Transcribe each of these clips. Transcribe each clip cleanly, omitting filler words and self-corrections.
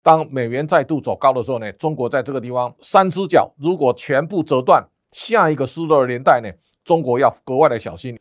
当美元再度走高的时候呢，中国在这个地方三只脚如果全部折断，下一个失落的年代呢，中国要格外的小心。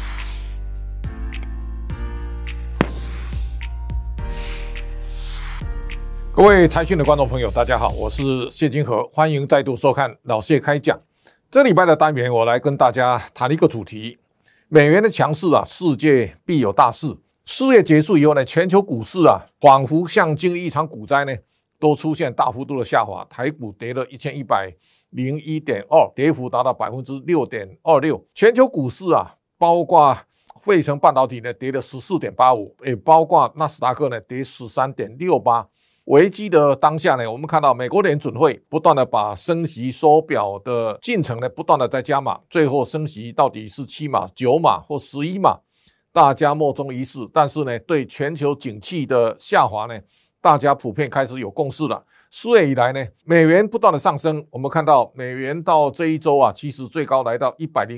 各位财讯的观众朋友，大家好，我是谢金河，欢迎再度收看老谢开讲。这礼拜的单元，我来跟大家谈一个主题：美元的强势啊，世界必有大事。4月结束以后呢，全球股市啊，仿佛像经历一场股灾呢，都出现大幅度的下滑。台股跌了1101.2，跌幅达到 6.26%。全球股市啊，包括费城半导体呢，跌了 14.85%， 也包括纳斯达克呢，跌 13.68%。危机的当下呢，我们看到美国联准会不断的把升息缩表的进程呢，不断的在加码，最后升息到底是7码、9码或11码，大家莫衷一是。但是呢，对全球景气的下滑呢，大家普遍开始有共识了。4月以来呢，美元不断的上升，我们看到美元到这一周啊，其实最高来到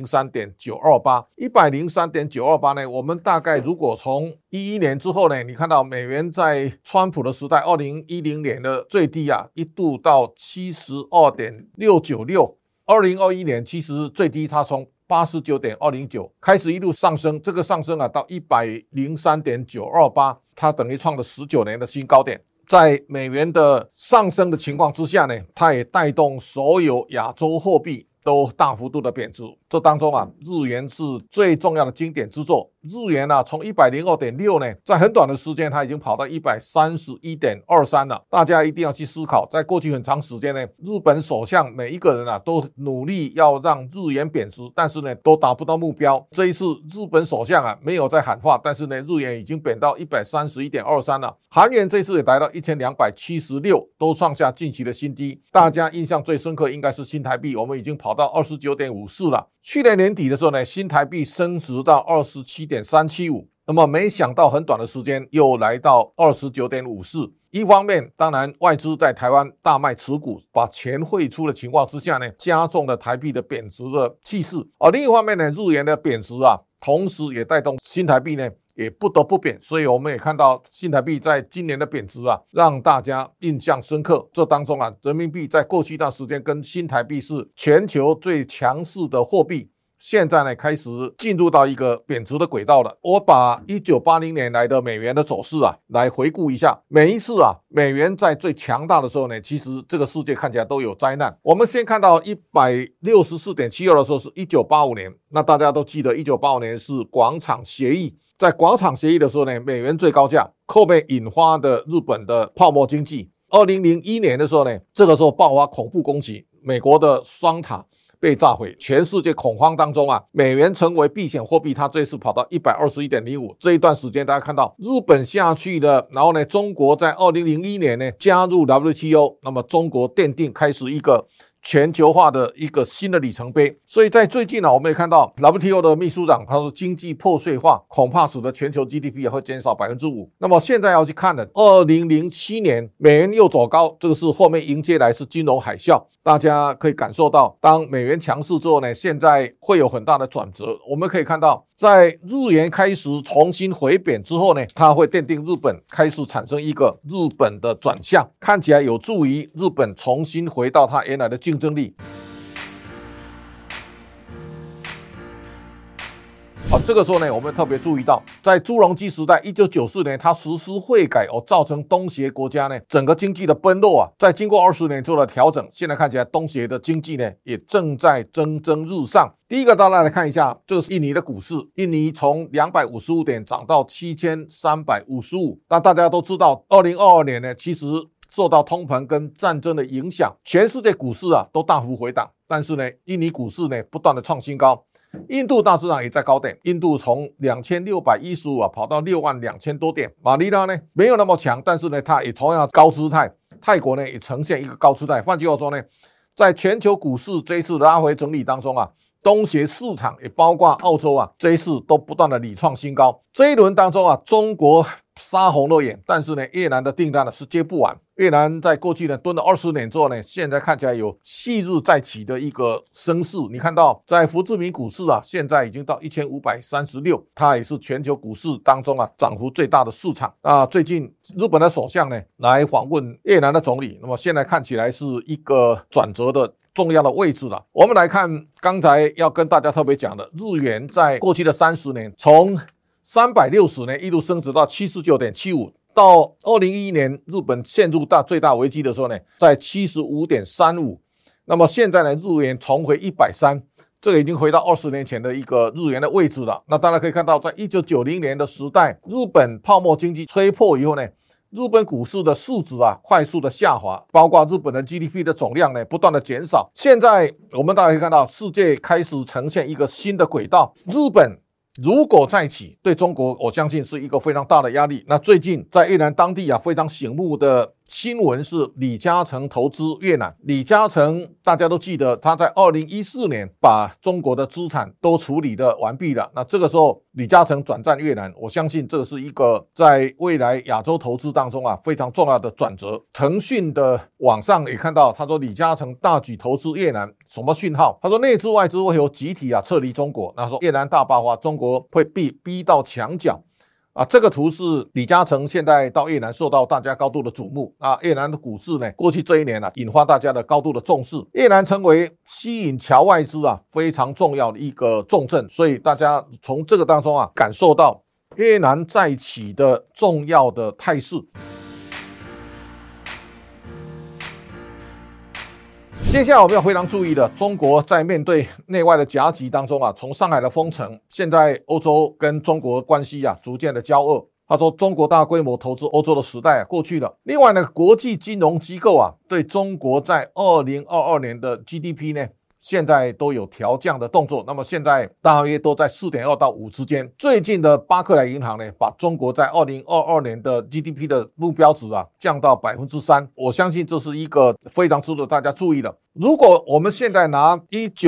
103.928 呢，我们大概如果从11年之后呢，你看到美元在川普的时代2010年的最低啊，一度到 72.696， 2021年其实最低它从 89.209 开始一路上升，这个上升啊到 103.928， 它等于创了19年的新高点。在美元的上升的情况之下呢，它也带动所有亚洲货币都大幅度的贬值。这当中啊，日元是最重要的经典之作。日元啊，从 102.6 呢，在很短的时间它已经跑到 131.23 了。大家一定要去思考，在过去很长时间呢，日本首相每一个人啊，都努力要让日元贬值，但是呢，都达不到目标。这一次日本首相啊，没有在喊话，但是呢，日元已经贬到 131.23 了。韩元这次也来到1276，都创下近期的新低。大家印象最深刻应该是新台币，我们已经跑到 29.54 了。去年年底的时候呢，新台币升值到 27.375， 那么没想到很短的时间又来到 29.54。 一方面当然外资在台湾大卖持股，把钱汇出的情况之下呢，加重了台币的贬值的气势。另一方面呢，日元的贬值啊，同时也带动新台币呢也不得不贬，所以我们也看到新台币在今年的贬值啊，让大家印象深刻。这当中啊，人民币在过去一段时间跟新台币是全球最强势的货币，现在呢开始进入到一个贬值的轨道了。我把1980年来的美元的走势啊来回顾一下。每一次啊美元在最强大的时候呢，其实这个世界看起来都有灾难。我们先看到 164.72 的时候是1985年，那大家都记得1985年是广场协议。在广场协议的时候呢，美元最高价，后面引发的日本的泡沫经济。2001年的时候呢，这个时候爆发恐怖攻击，美国的双塔被炸毁，全世界恐慌当中啊，美元成为避险货币，它这次跑到 121.05。 这一段时间大家看到日本下去了，然后呢，中国在2001年呢加入 WTO， 那么中国奠定开始一个全球化的一个新的里程碑。所以在最近我们也看到 WTO 的秘书长他说，经济破碎化恐怕使得全球 GDP 也会减少 5%。 那么现在要去看的2007年美元又走高，这个是后面迎接来是金融海啸。大家可以感受到，当美元强势之后呢，现在会有很大的转折。我们可以看到，在日元开始重新回贬之后呢，它会奠定日本开始产生一个日本的转向，看起来有助于日本重新回到它原来的竞争力。这个时候呢，我们特别注意到，在朱镕基时代1994年它实施汇改造成东协国家呢整个经济的崩落啊。在经过20年做了调整，现在看起来东协的经济呢也正在蒸蒸日上。第一个大家来看一下，这是印尼的股市，印尼从255点涨到7355。那大家都知道2022年呢，其实受到通膨跟战争的影响，全世界股市啊都大幅回档，但是呢，印尼股市呢不断的创新高。印度大市场也在高点，印度从2615跑到62000多点。马尼拉呢没有那么强，但是呢它也同样高姿态。泰国呢也呈现一个高姿态。换句话说呢，在全球股市这一次拉回整理当中啊， 东协市场也包括澳洲啊，这一次都不断的屡创新高。这一轮当中啊，中国杀红了眼，但是呢，越南的订单呢是接不完。越南在过去呢蹲了20年之后呢，现在看起来有昔日再起的一个声势。你看到在福知名股市啊，现在已经到1536，它也是全球股市当中啊涨幅最大的市场。最近日本的首相呢来访问越南的总理，那么现在看起来是一个转折的重要的位置了。我们来看刚才要跟大家特别讲的，日元在过去的30年从360年一路升值到 79.75， 到2011年日本陷入最大危机的时候呢，在 75.35， 那么现在呢日元重回130，这个已经回到20年前的一个日元的位置了。那大家可以看到，在1990年的时代，日本泡沫经济吹破以后呢，日本股市的市值啊快速的下滑，包括日本的 GDP 的总量呢不断的减少。现在我们大家可以看到，世界开始呈现一个新的轨道，日本如果再起，对中国我相信是一个非常大的压力。那最近在越南当地啊非常醒目的新闻是李嘉诚投资越南。李嘉诚大家都记得，他在2014年把中国的资产都处理的完毕了。那这个时候李嘉诚转战越南，我相信这是一个在未来亚洲投资当中啊非常重要的转折。腾讯的网上也看到，他说李嘉诚大举投资越南，什么讯号？他说内资外资会有集体撤离中国。那说越南大爆发，中国会逼到墙角。这个图是李嘉诚现在到越南受到大家高度的瞩目。越南的股市呢，过去这一年引发大家的高度的重视。越南成为吸引侨外资非常重要的一个重镇，所以大家从这个当中感受到越南再起的重要的态势。接下来我们要非常注意的，中国在面对内外的夹击当中从上海的封城，现在欧洲跟中国关系逐渐的交恶。他说中国大规模投资欧洲的时代过去了。另外呢，国际金融机构对中国在2022年的 GDP 呢现在都有调降的动作，那么现在大约都在 4.2 到5之间。最近的巴克莱银行呢，把中国在2022年的 GDP 的目标值降到 3%， 我相信这是一个非常值得大家注意的。如果我们现在拿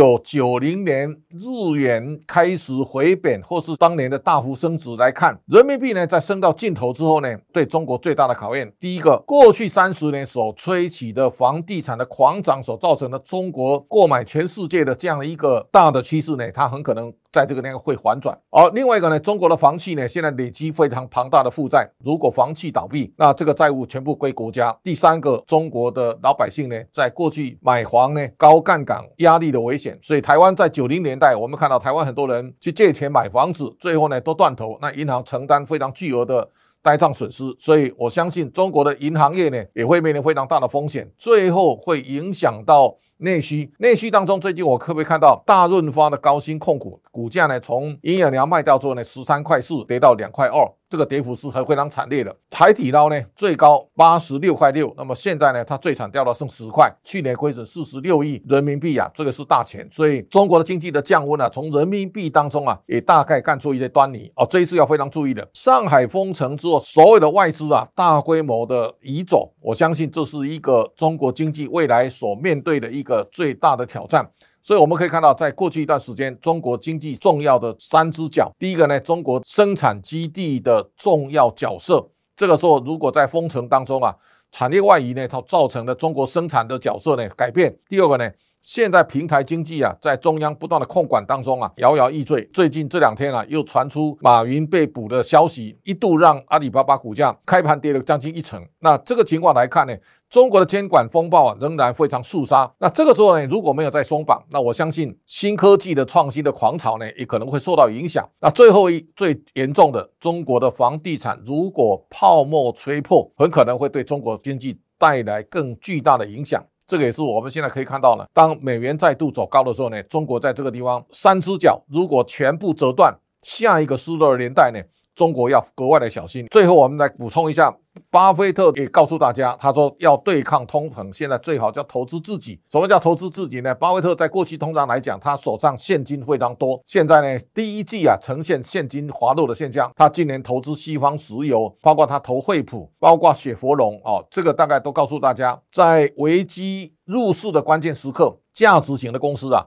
1990年日元开始回贬，或是当年的大幅升值来看，人民币呢在升到尽头之后呢，对中国最大的考验，第一个，过去30年所吹起的房地产的狂涨所造成的中国购买全世界的这样的一个大的趋势呢，它很可能在这个地方会反转。另外一个呢，中国的房企呢现在累积非常庞大的负债，如果房企倒闭，那这个债务全部归国家。第三个，中国的老百姓呢在过去买房呢高杠杆压力的危险，所以台湾在90年代我们看到台湾很多人去借钱买房子，最后呢都断头，那银行承担非常巨额的呆账损失。所以我相信中国的银行业呢也会面临非常大的风险，最后会影响到内需当中，最近我可不可以看到大润发的高新控股股价呢从营业额卖掉之后呢13.4块跌到2.2块，这个跌幅是非常惨烈的。海底捞呢最高86.6块，那么现在呢它最惨掉到剩10块，去年亏损46亿人民币这个是大钱。所以中国的经济的降温从人民币当中也大概看出一些端倪。这一次要非常注意的，上海封城之后，所有的外资大规模的移走，我相信这是一个中国经济未来所面对的一个最大的挑战。所以我们可以看到，在过去一段时间，中国经济重要的3只脚，第一个呢，中国生产基地的重要角色，这个时候如果在封城当中产业外移呢，它造成了中国生产的角色呢改变。第二个呢，现在平台经济在中央不断的控管当中摇摇欲坠。最近这2天又传出马云被捕的消息，一度让阿里巴巴股价开盘跌了将近1成。那这个情况来看呢，中国的监管风暴仍然非常肃杀。那这个时候呢，如果没有再松绑，那我相信新科技的创新的狂潮呢也可能会受到影响。那最严重的，中国的房地产如果泡沫吹破，很可能会对中国经济带来更巨大的影响。这个也是我们现在可以看到呢，当美元再度走高的时候呢，中国在这个地方3只脚如果全部折断，下一个失落的年代呢，中国要格外的小心。最后我们来补充一下，巴菲特也告诉大家，他说要对抗通膨，现在最好叫投资自己。什么叫投资自己呢？巴菲特在过去通常来讲，他手上现金非常多，现在呢第一季呈现现金滑落的现象。他今年投资西方石油，包括他投惠普，包括雪佛龙这个大概都告诉大家，在危机入市的关键时刻，价值型的公司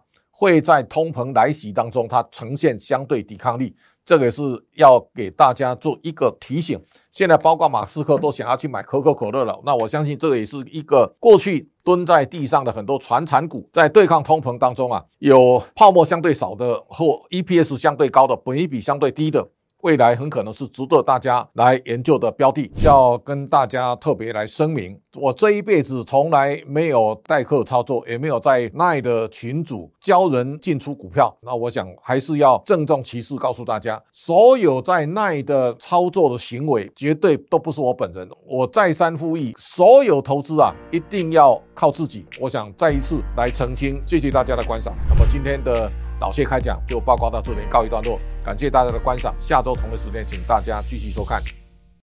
会在通膨来袭当中，它呈现相对抵抗力。这个也是要给大家做一个提醒。现在包括马斯克都想要去买可口可乐了，那我相信这个也是一个过去蹲在地上的很多传产股在对抗通膨当中有泡沫相对少的或 EPS 相对高的，本益比相对低的，未来很可能是值得大家来研究的标的。要跟大家特别来声明，我这一辈子从来没有代客操作，也没有在 LINE 的群组教人进出股票。那我想还是要郑重其事告诉大家，所有在 LINE 的操作的行为绝对都不是我本人。我再三呼吁，所有投资一定要靠自己。我想再一次来澄清，谢谢大家的观赏。那么今天的老谢开讲就报告到这里告一段落，感谢大家的观赏，下周同一时间请大家继续收看。